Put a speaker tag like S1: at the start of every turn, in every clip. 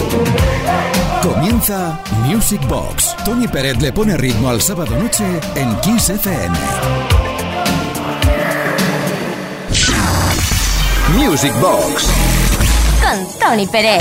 S1: Comienza Music Box. Tony Pérez le pone ritmo al sábado noche en Kiss FM. Music Box
S2: con Tony Pérez.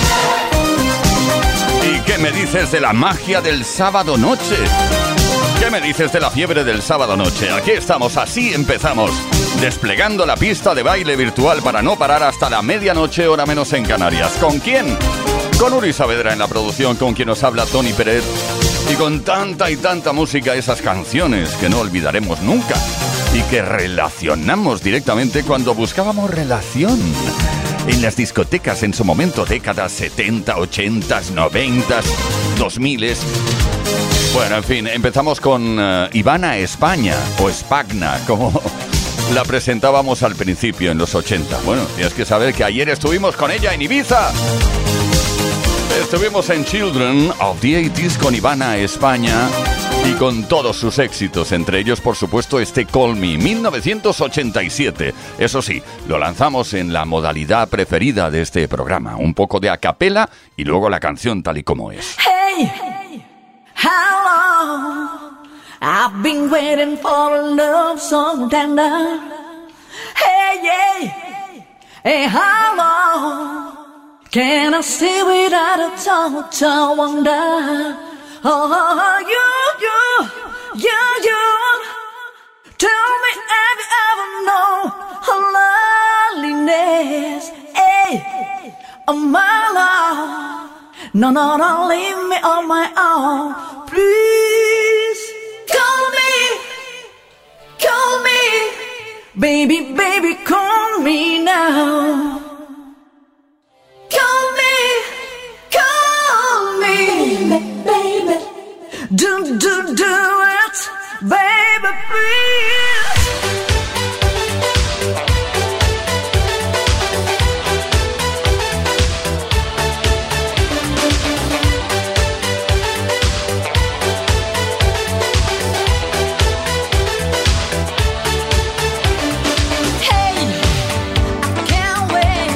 S3: ¿Y qué me dices de la magia del sábado noche? ¿Qué me dices de la fiebre del sábado noche? Aquí estamos, así empezamos, desplegando la pista de baile virtual para no parar hasta la medianoche, hora menos en Canarias. ¿Con quién? Con Uri Saavedra en la producción, con quien nos habla Tony Pérez, y con tanta y tanta música, esas canciones que no olvidaremos nunca y que relacionamos directamente cuando buscábamos relación en las discotecas en su momento, décadas 70, 80, 90, 2000. Bueno, en fin, empezamos con Ivana España, o Spagna, como la presentábamos al principio en los 80. Bueno, tienes que saber que ayer estuvimos con ella en Ibiza. Estuvimos en Children of the 80s con Ivana España y con todos sus éxitos, entre ellos, por supuesto, este Call Me, 1987. Eso sí, lo lanzamos en la modalidad preferida de este programa, un poco de a capela y luego la canción tal y como es.
S4: Hey, how long I've been waiting for a love so tender. Hey, yeah, hey, how long can I stay without a total wonder? Oh, you. Tell me, have you ever known her loneliness? Hey, oh my love, no, leave me on my own. Please, call me, baby, call me now. Call me, baby. Do it, baby, please. Hey, I can't wait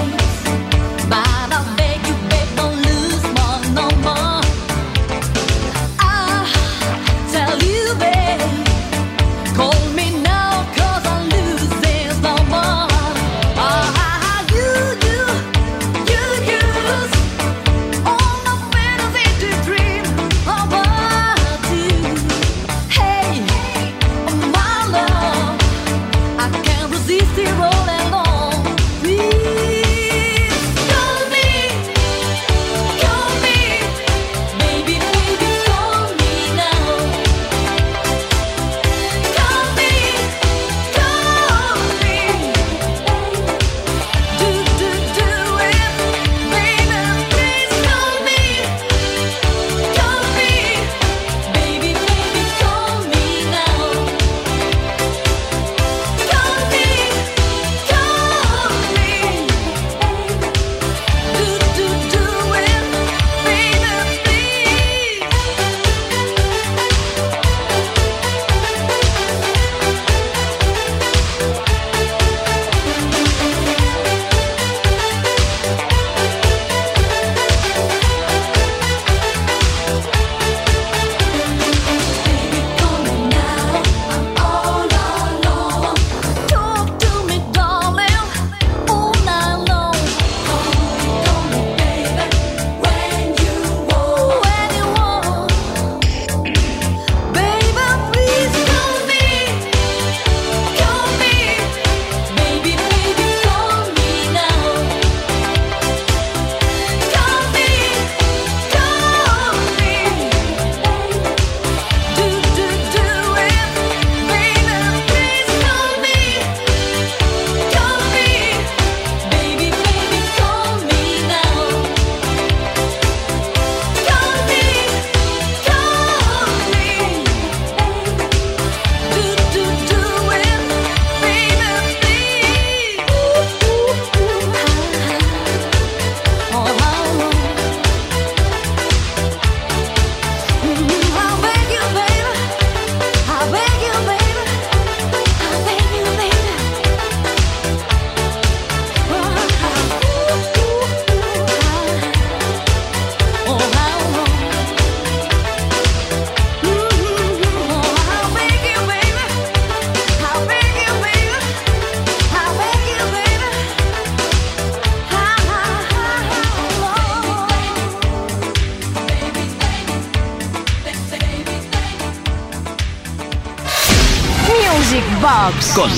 S2: Music Box
S1: con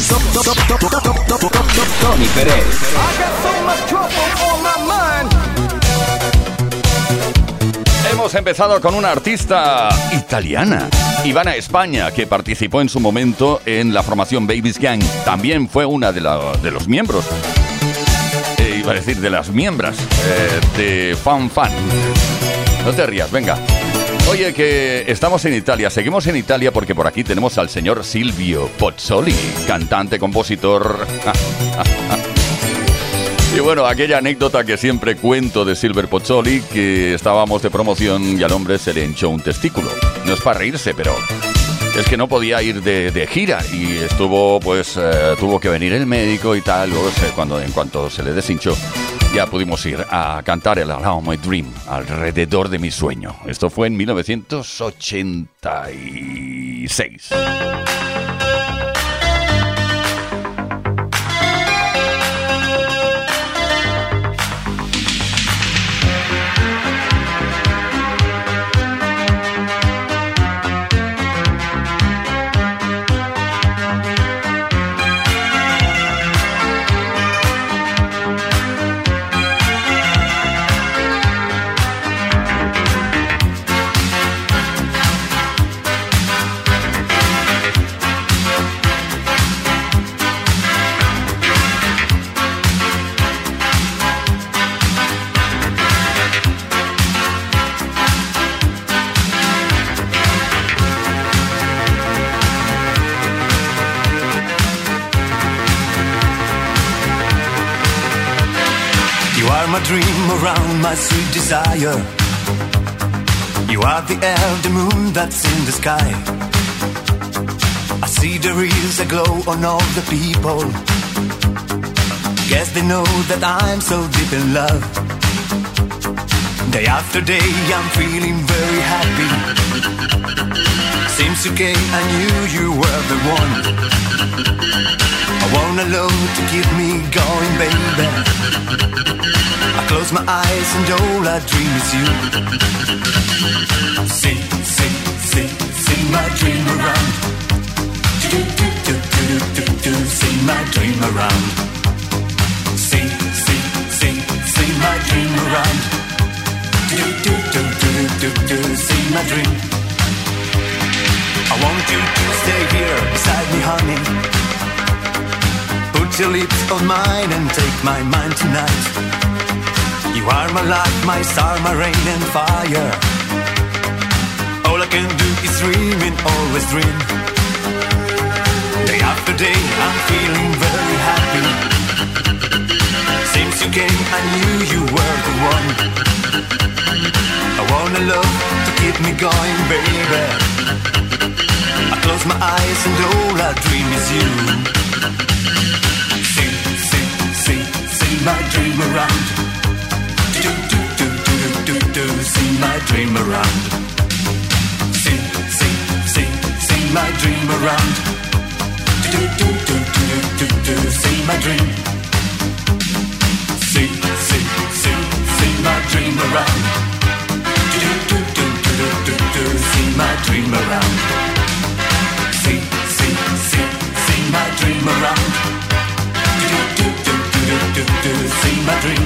S1: Tony Pérez.
S3: Hemos empezado con una artista italiana, Ivana España, que participó en su momento en la formación Baby's Gang. También fue una de los miembros, iba a decir de las miembros de Fan Fan. No te rías, venga. Oye, que estamos en Italia, seguimos en Italia porque por aquí tenemos al señor Silvio Pozzoli, cantante, compositor. Y bueno, aquella anécdota que siempre cuento de Silvio Pozzoli, que estábamos de promoción y al hombre se le hinchó un testículo. No es para reírse, pero es que no podía ir de gira y estuvo, pues, tuvo que venir el médico y tal. Luego, en cuanto se le deshinchó, ya pudimos ir a cantar el Around My Dream, alrededor de mi sueño. Esto fue en 1986.
S5: My dream around my sweet desire. You are the air, the moon that's in the sky. I see there is a glow on all the people. Guess they know that I'm so deep in love. Day after day I'm feeling very happy. Seems okay, I knew you were the one. I want a love to keep me going, baby. I close my eyes and all I dream is you. See my dream around. See my dream around. See my dream around. See my dream. I want you to stay here beside me, honey. Put your lips on mine and take my mind tonight. You are my life, my star, my rain and fire. All I can do is dream and always dream. Day after day I'm feeling very happy. Since you came I knew you were the one. I want a love to keep me going, baby. I close my eyes and all I dream is you. See my dream around. See my dream around. See my dream around. See my dream. See my dream around. See my dream around. See my dream around. See my dream.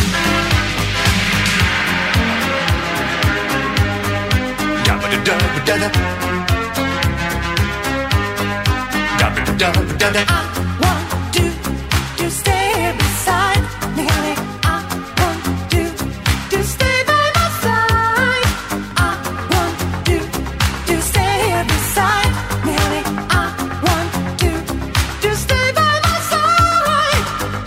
S4: I want you to stay beside me, honey. I want you to stay by my side. I want you to stay beside me, honey. I want you to stay by my side.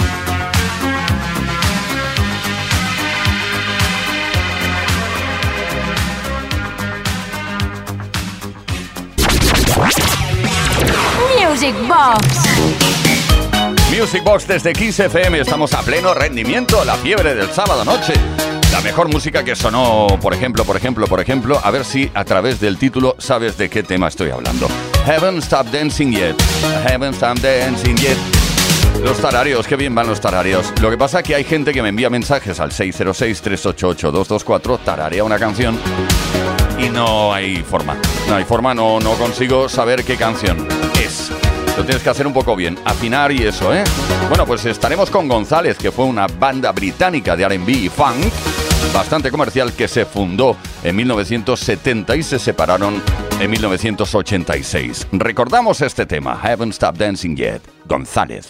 S2: Music Box.
S3: Music Box desde Kiss FM. Estamos a pleno rendimiento. La fiebre del sábado noche. La mejor música que sonó, por ejemplo, a ver si a través del título sabes de qué tema estoy hablando. Haven't Stopped Dancing Yet. Haven't Stopped Dancing Yet. Los tararios, qué bien van los tararios. Lo que pasa es que hay gente que me envía mensajes al 606-388-224, tararea una canción y no hay forma. No consigo saber qué canción es. Lo tienes que hacer un poco bien, afinar y eso, ¿eh? Bueno, pues estaremos con González, que fue una banda británica de R&B y funk, bastante comercial, que se fundó en 1970 y se separaron en 1986. Recordamos este tema, Haven't Stopped Dancing Yet, González.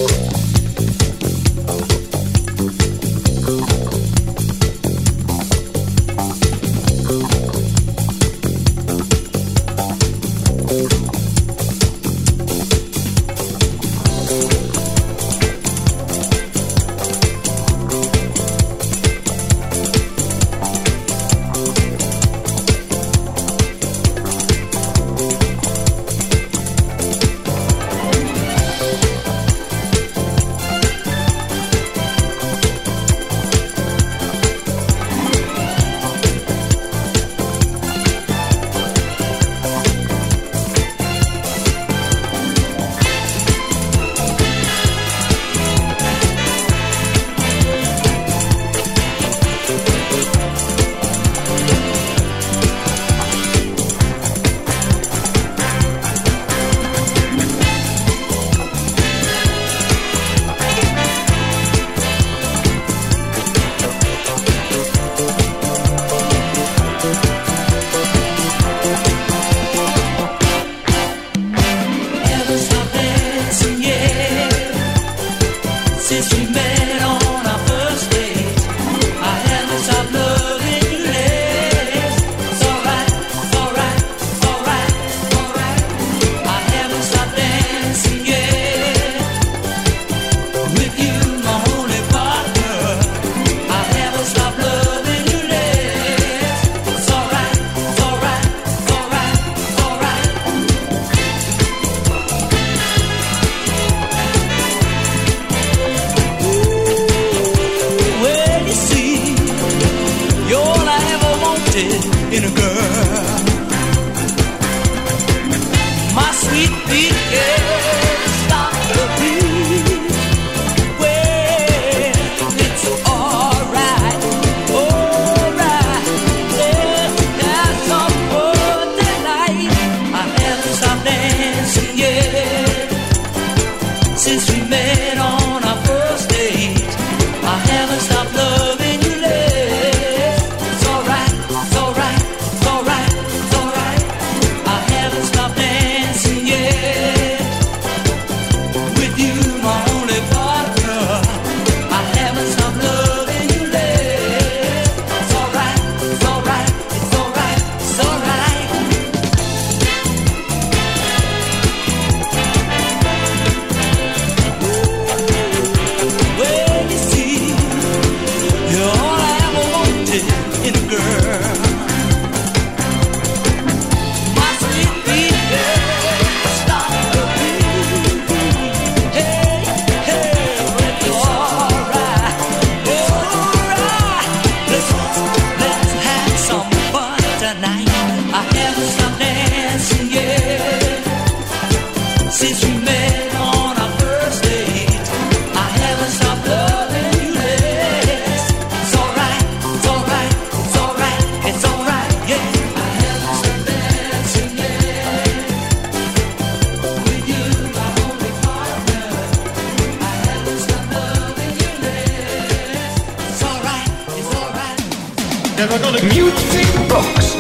S1: Music Box.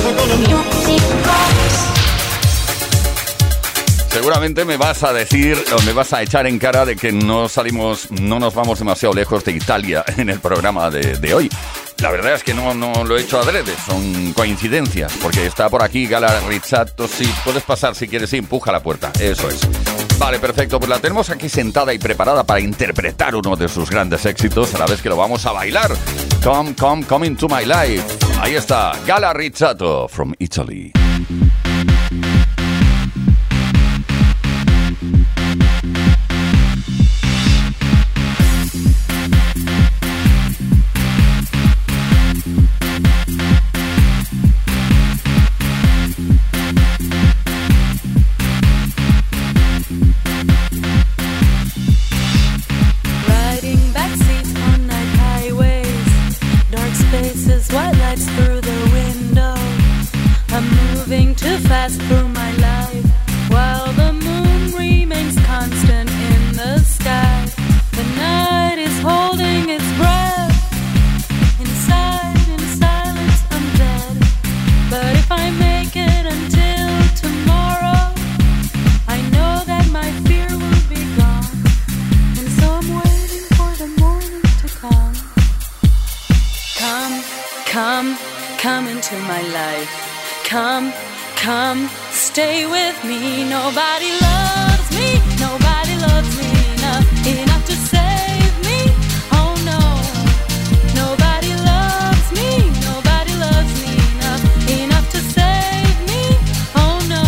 S3: Seguramente me vas a decir o me vas a echar en cara de que no nos vamos demasiado lejos de Italia en el programa de hoy. La verdad es que no lo he hecho adrede, son coincidencias, porque está por aquí Gala Rizzato. Sí, puedes pasar si quieres, sí, empuja la puerta, eso es. Vale, perfecto, pues la tenemos aquí sentada y preparada para interpretar uno de sus grandes éxitos, a la vez que lo vamos a bailar. Come into my life. Ahí está, Gala Rizzato, from Italy.
S6: Too fast for my life, while the moon Come, come into my life. Come, come, stay with me. Nobody loves me enough to save me. Oh no, nobody loves me enough to save me. Oh no.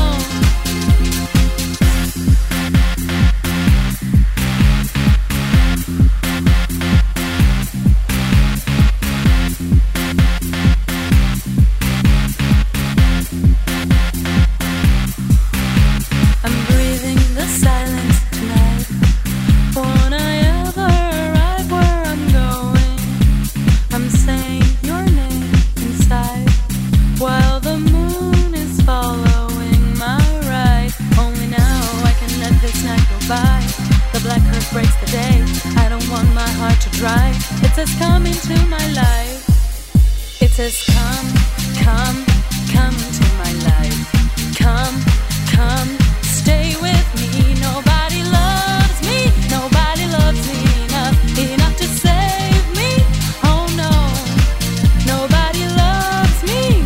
S6: I'm breathing the silence tonight. Won't I ever arrive where I'm going? I'm saying your name inside while the moon is following my ride. Only now I can let this night go by. The black earth breaks the day. I don't want my heart to dry. It says come into my life. It says come, come, come into my life. Come, come, stay with me. Nobody loves me enough to save me. Oh no, nobody loves me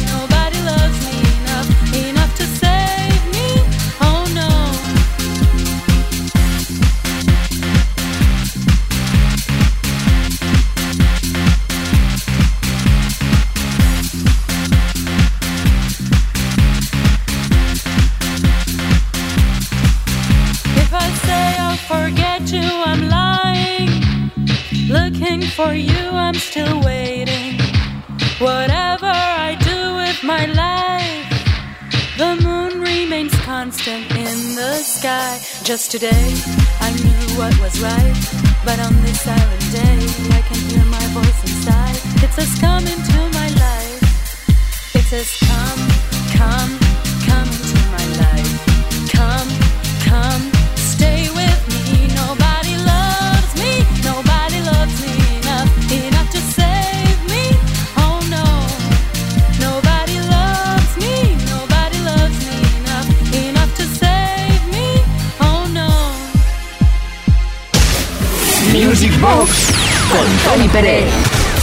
S6: enough to save me. Oh no. If I say I'll forget you, I'm lying. Looking for you, I'm still waiting. Whatever I do with my life, the moon remains constant in the sky. Just today, I knew what was right, but on this silent day, I can hear my voice inside. It says come into my life. It says come, come, come into my life. Come, come, stay with me. Nobody loves me enough to save me. Oh no, nobody loves me enough to save me. Oh no.
S1: Music Box con Tony Pérez.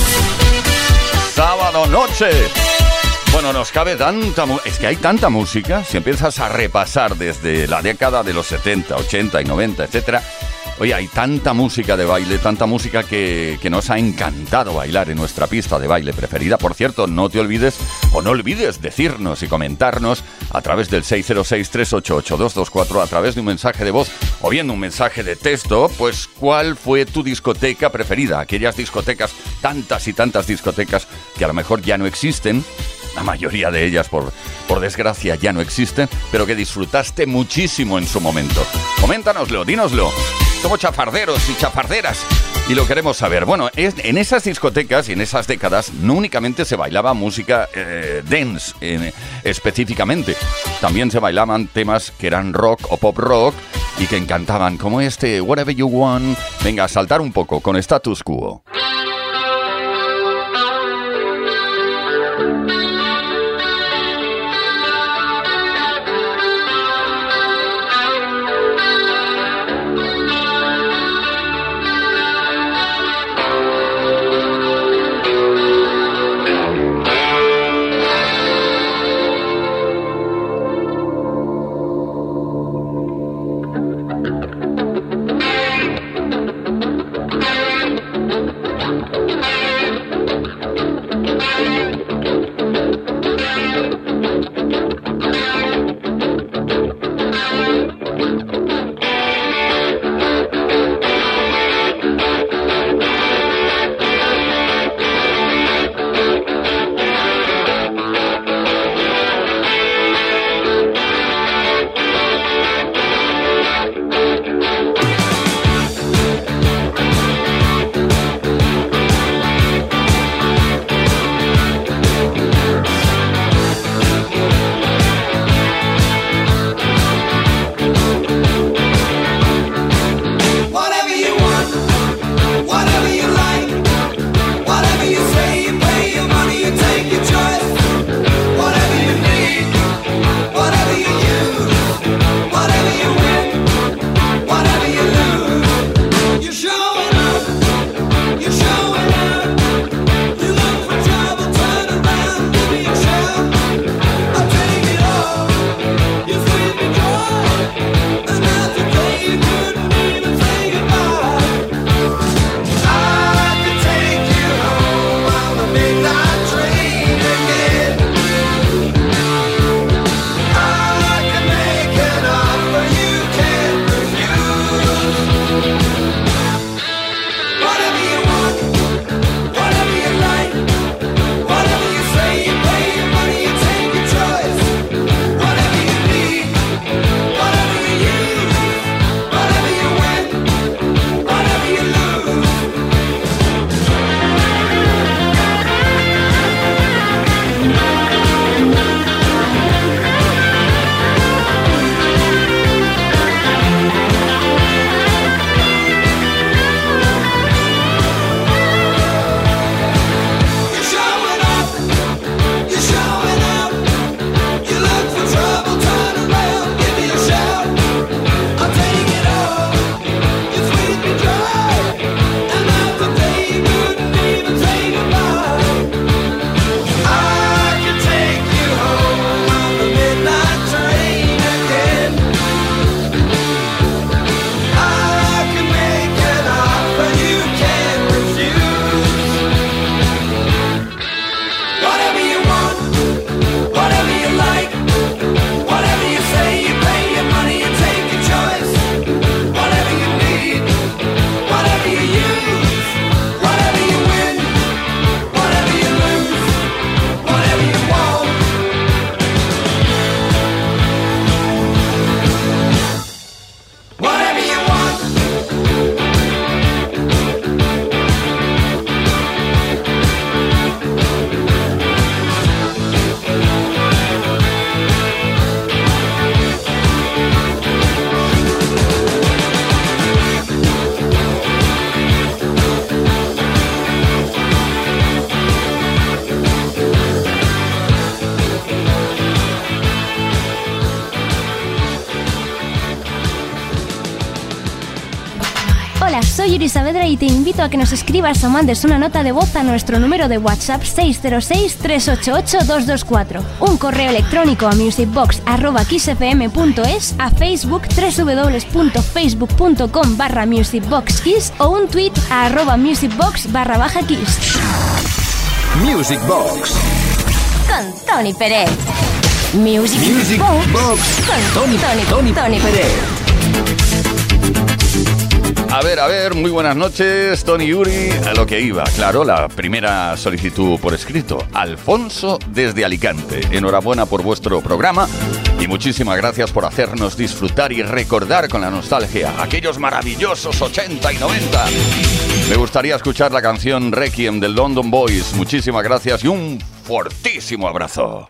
S3: Sábado noche. Bueno, nos cabe es que hay tanta música. Si empiezas a repasar desde la década de los 70, 80 y 90, etcétera. Oye, hay tanta música de baile, tanta música que nos ha encantado bailar en nuestra pista de baile preferida. Por cierto, no olvides decirnos y comentarnos a través del 606-388-224, a través de un mensaje de voz o bien un mensaje de texto, pues cuál fue tu discoteca preferida. Aquellas discotecas, tantas y tantas discotecas que a lo mejor ya no existen. La mayoría de ellas, por desgracia, ya no existen, pero que disfrutaste muchísimo en su momento. Coméntanoslo, dínoslo. Somos chafarderos y chafarderas y lo queremos saber. Bueno, en esas discotecas y en esas décadas no únicamente se bailaba música dance específicamente. También se bailaban temas que eran rock o pop rock y que encantaban, como este Whatever You Want. Venga, a saltar un poco con Status Quo.
S7: Soy Yuri Saavedra y te invito a que nos escribas o mandes una nota de voz a nuestro número de WhatsApp 606-388-224, un correo electrónico a musicbox@kissfm.es, a Facebook www.facebook.com/musicboxkiss o un tweet a @musicbox_kiss.
S1: Music Box
S2: Con Tony Pérez.
S1: Music Box
S2: Con Tony Pérez.
S3: A ver, muy buenas noches, Tony Yuri. A lo que iba, claro, la primera solicitud por escrito. Alfonso desde Alicante. Enhorabuena por vuestro programa y muchísimas gracias por hacernos disfrutar y recordar con la nostalgia aquellos maravillosos 80 y 90. Me gustaría escuchar la canción Requiem del London Boys. Muchísimas gracias y un fortísimo abrazo.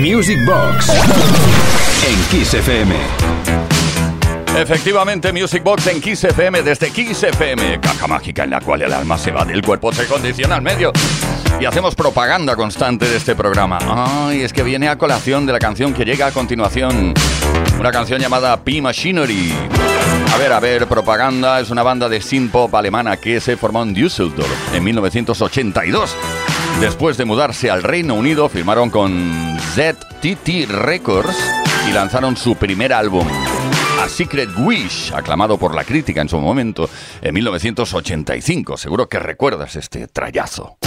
S1: Music Box en Kiss FM.
S3: Efectivamente, Music Box en Kiss FM, desde Kiss FM, caja mágica en la cual el alma se va del cuerpo, se condiciona al medio y hacemos propaganda constante de este programa. Ay, es que viene a colación de la canción que llega a continuación, una canción llamada P-Machinery. A ver, Propaganda es una banda de synth-pop alemana que se formó en Düsseldorf en 1982. Después de mudarse al Reino Unido, firmaron con ZTT Records y lanzaron su primer álbum, A Secret Wish, aclamado por la crítica en su momento, en 1985. Seguro que recuerdas este trayazo.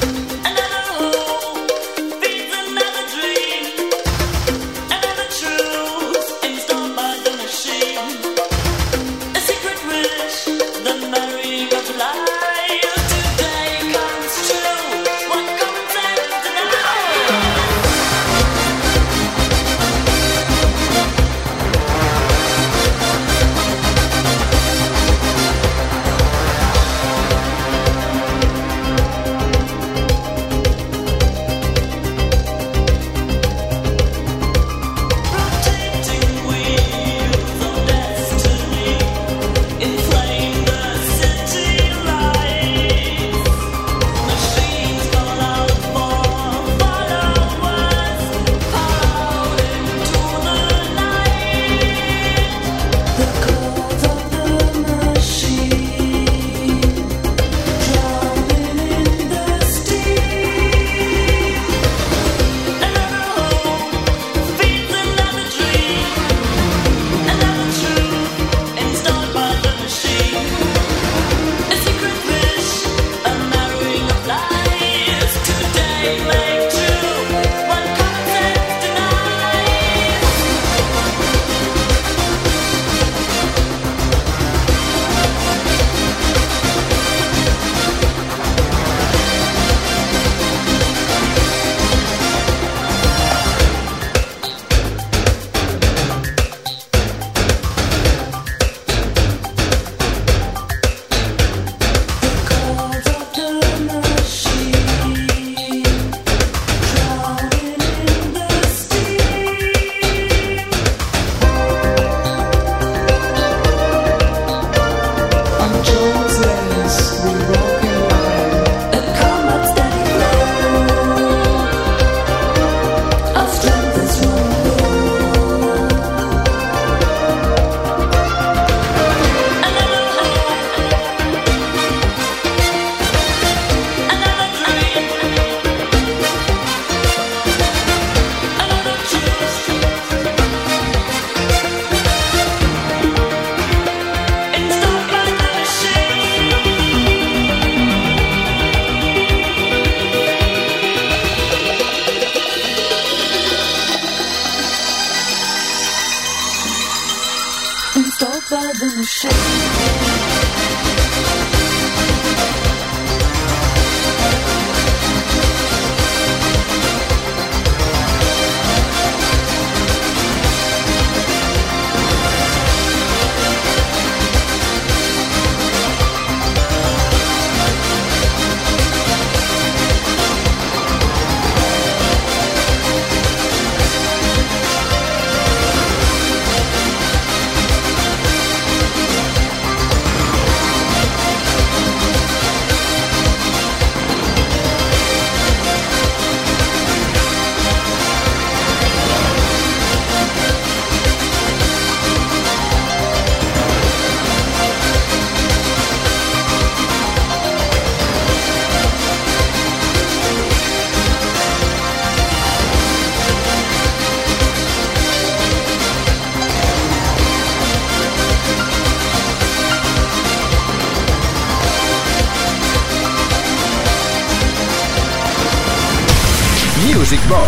S1: Music Box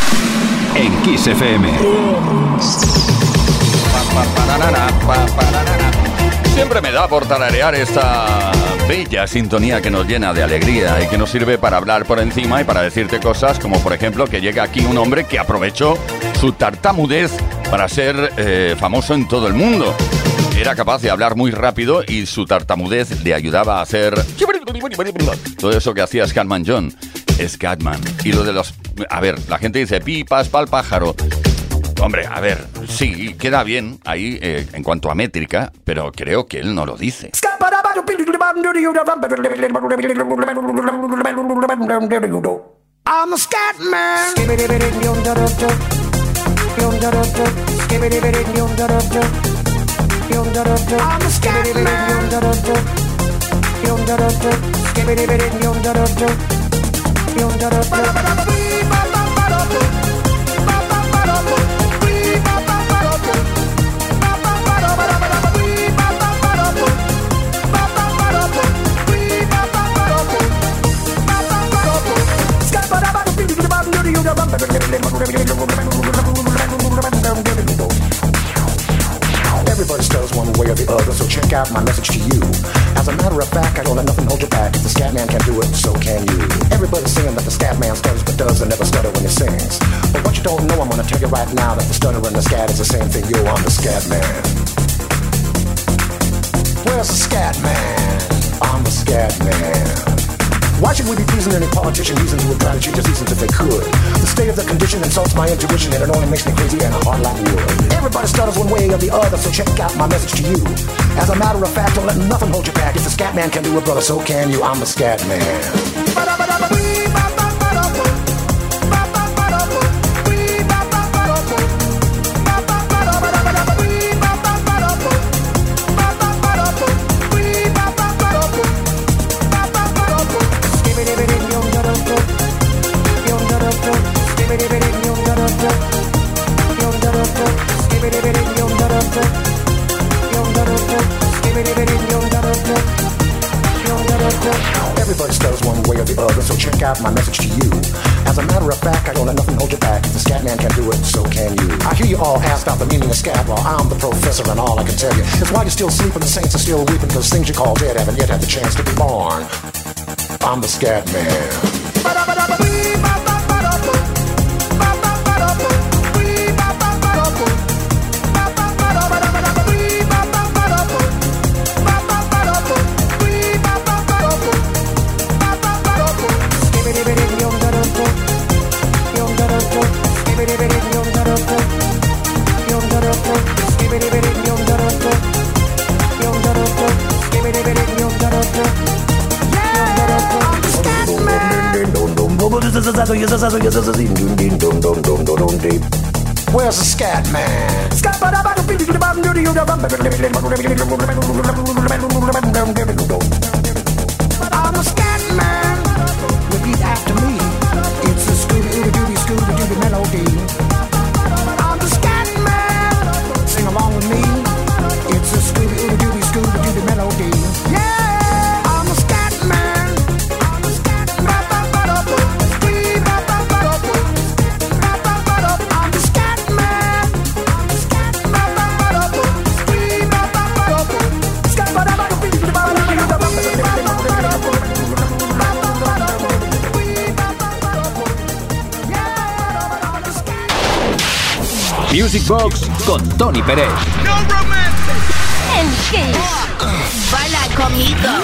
S1: en Kiss FM.
S3: Siempre me da por tararear esta bella sintonía que nos llena de alegría y que nos sirve para hablar por encima y para decirte cosas como, por ejemplo, que llega aquí un hombre que aprovechó su tartamudez para ser famoso en todo el mundo. Era capaz de hablar muy rápido y su tartamudez le ayudaba a hacer todo eso que hacía Scatman John. Scatman. Y lo de los A ver, la gente dice pipas pa'l pájaro. Hombre, a ver, sí, queda bien ahí en cuanto a métrica, pero creo que él no lo dice.
S8: I'm a scat man. I'm a scat Everybody stutters one way or the other, so check out my message to you. As a matter of fact, I don't let nothing hold you back. If the scat man can do it, so can you. Everybody's saying that the scat man stutters but does and never stutter when he sings. But what you don't know, I'm gonna tell you right now that the stutter and the scat is the same thing. Yo, I'm the scat man. Where's the scat man? I'm the scat man. Why should we be pleasing any politician reason who would try to change the seasons if they could? The state of the condition insults my intuition and it only makes me crazy and hard like wood. Everybody stutters one way or the other, so check out my message to you. As a matter of fact, don't let nothing hold you back. If the scat man can do it, brother, so can you. I'm the scat man. Everybody stutters one way or the other, so check out my message to you. As a matter of fact, I don't let nothing hold you back. If the scat man can do it, so can you. I hear you all ask about the meaning of scat. Well, I'm the professor and all I can tell you is why you're still sleeping, the saints are still weeping, because things you call dead haven't yet had the chance to be born. I'm the scat man. Where's the scat man? I'm a scat man. Repeat after me. It's a Scooby-Dooby melody. I'm the scat man. Sing along with me. It's a Scooby-Dooby melody. Yeah, I'm a scat man. I'm a scat man. I'm the scat man.
S1: Music Box con Tony Pérez.
S2: En Kiss.
S9: Baila conmigo.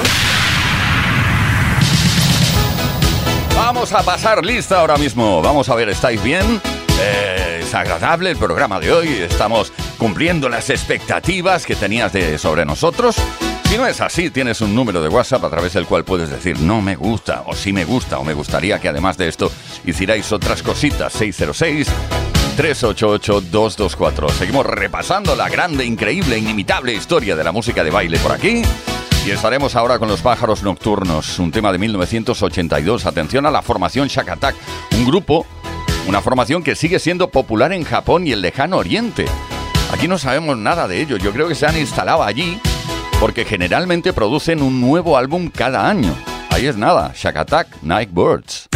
S3: Vamos a pasar lista ahora mismo. Vamos a ver, ¿estáis bien? Es agradable el programa de hoy. Estamos cumpliendo las expectativas que tenías sobre nosotros. Si no es así, tienes un número de WhatsApp a través del cual puedes decir no me gusta, o sí me gusta, o me gustaría que además de esto hicierais otras cositas. 606-388-224. Seguimos repasando la grande, increíble, inimitable historia de la música de baile por aquí. Y estaremos ahora con Los Pájaros Nocturnos, un tema de 1982. Atención a la formación Shack Attack, un grupo, una formación que sigue siendo popular en Japón y el lejano oriente. Aquí no sabemos nada de ello. Yo creo que se han instalado allí porque generalmente producen un nuevo álbum cada año. Ahí es nada, Shack Attack, Nightbirds.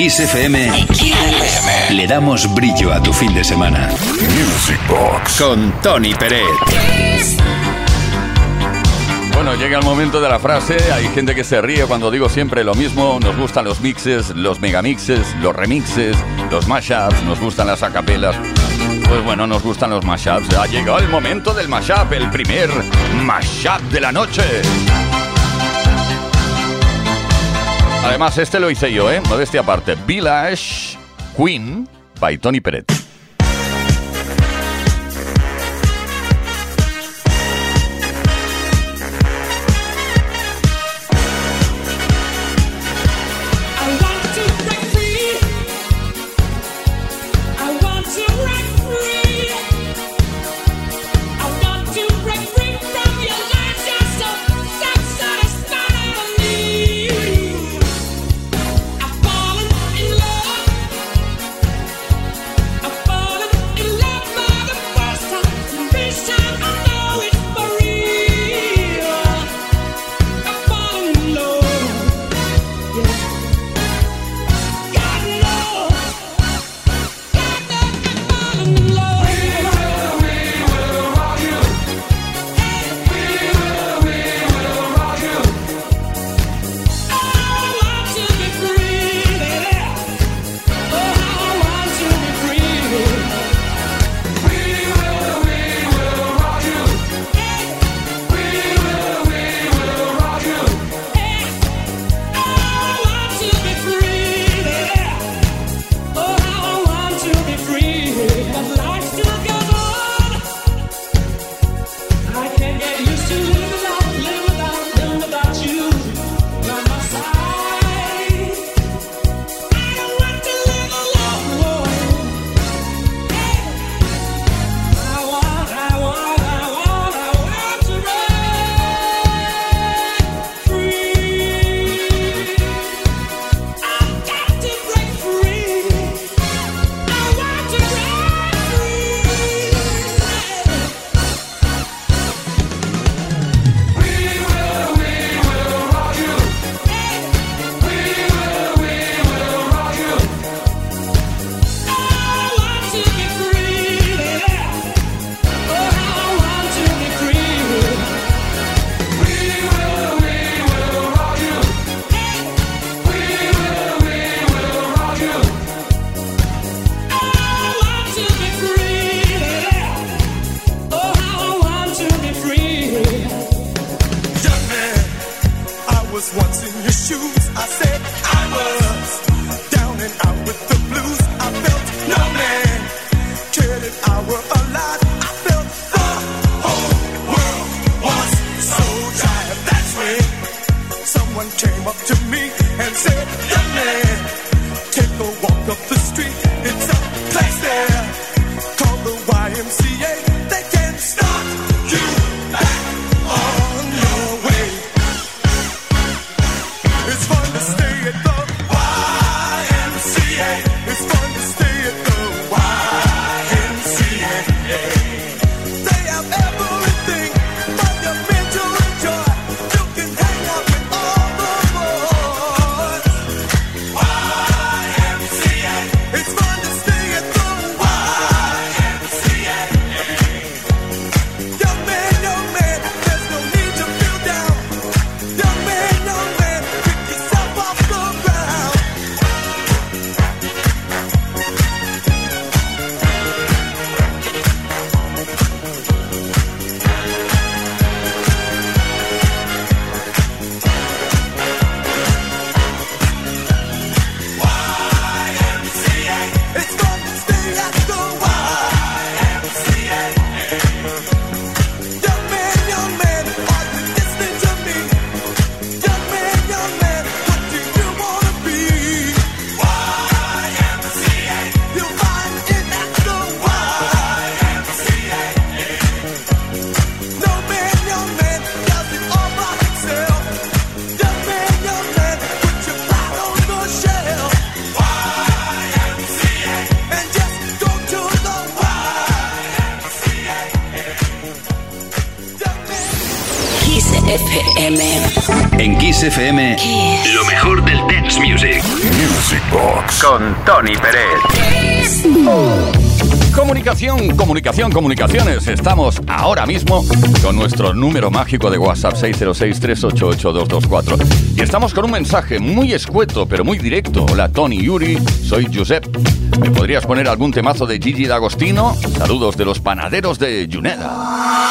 S1: Kiss FM le damos brillo a tu fin de semana.
S10: Music Box
S1: Con Tony Peret.
S3: Bueno, llega el momento de la frase. Hay gente que se ríe cuando digo siempre lo mismo. Nos gustan los mixes, los megamixes, los remixes, los mashups, nos gustan las acapelas. Pues bueno, nos gustan los mashups. Ha llegado el momento del mashup, el primer mashup de la noche. Además, este lo hice yo, modestia aparte. Village Queen by Tony Peret.
S11: FM.
S1: En Kiss FM, lo mejor del dance music.
S10: Music Box.
S3: Con Tony Pérez. Comunicaciones. Estamos ahora mismo con nuestro número mágico de WhatsApp 606-388-224. Y estamos con un mensaje muy escueto, pero muy directo. Hola, Tony, Yuri, soy Josep. ¿Me podrías poner algún temazo de Gigi D'Agostino? Saludos de los panaderos de Juneda.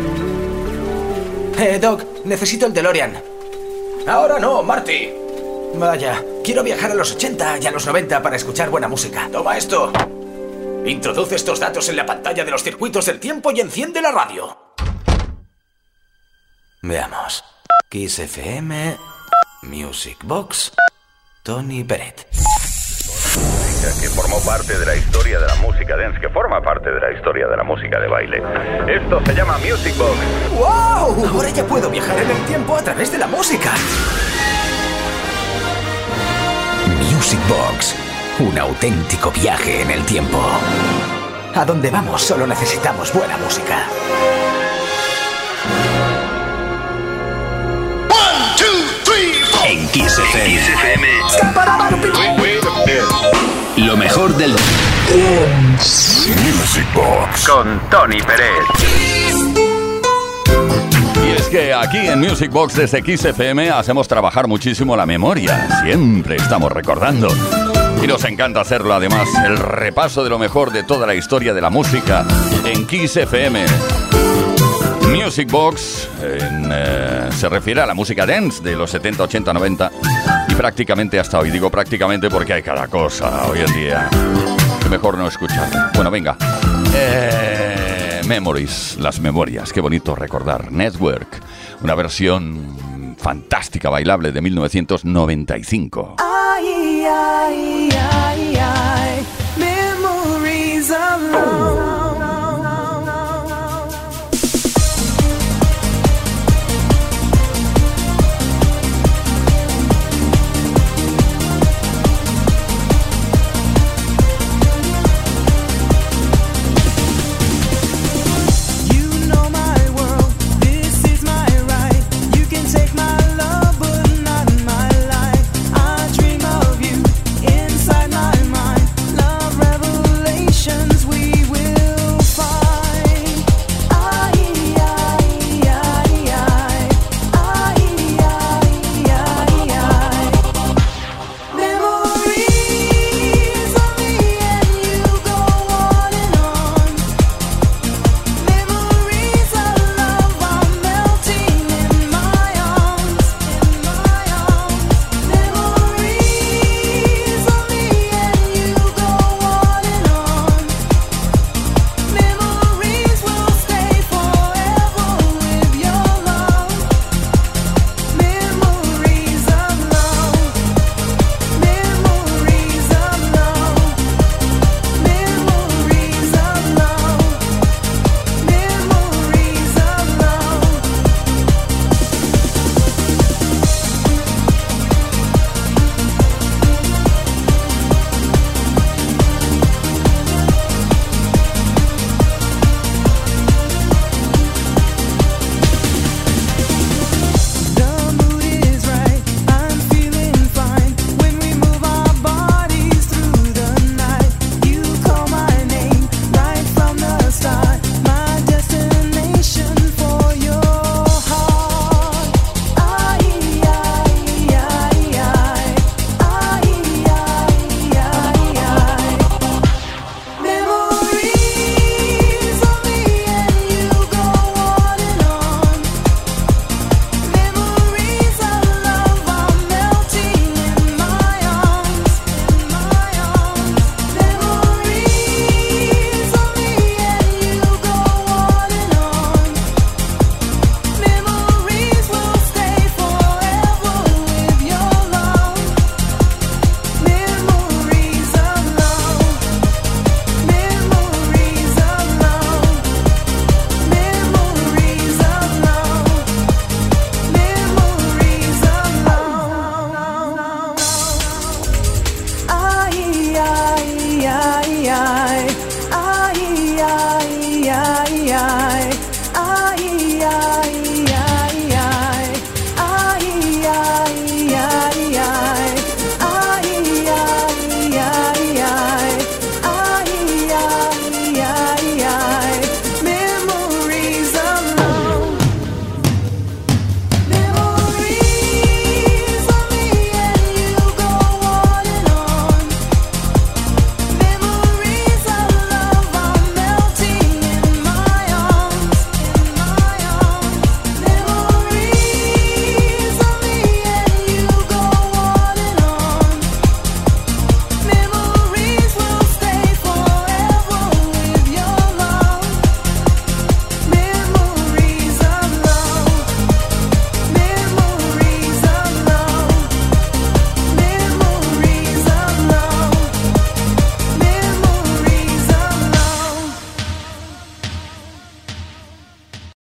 S12: Doc, necesito el DeLorean. Ahora no, Marty.
S11: Vaya, quiero viajar a los 80 y a los 90 para escuchar buena música. Toma esto. Introduce estos datos en la pantalla de los circuitos del tiempo y enciende la radio. Veamos. Kiss FM, Music Box, Tony Peret.
S3: Que formó parte de la historia de la música dance, que forma parte de la historia de la música de baile. Esto se llama Music Box.
S11: ¡Wow! Ahora ya puedo viajar en el tiempo a través de la música.
S12: Music Box, un auténtico viaje en el tiempo.
S11: A donde vamos solo necesitamos buena música.
S10: 1, 2, 3, 4.
S12: En Kiss FM. Lo mejor del
S10: Music Box
S3: con Tony Peret. Y es que aquí en Music Box desde Kiss FM hacemos trabajar muchísimo la memoria. Siempre estamos recordando. Y nos encanta hacerlo además, el repaso de lo mejor de toda la historia de la música en Kiss FM. Music Box se refiere a la música dance de los 70, 80, 90 y prácticamente hasta hoy. Digo prácticamente porque hay cada cosa hoy en día que mejor no escuchar. Bueno, venga. Memories, las memorias. Qué bonito recordar. Network, una versión fantástica, bailable de 1995.
S4: Ay, ay, ay.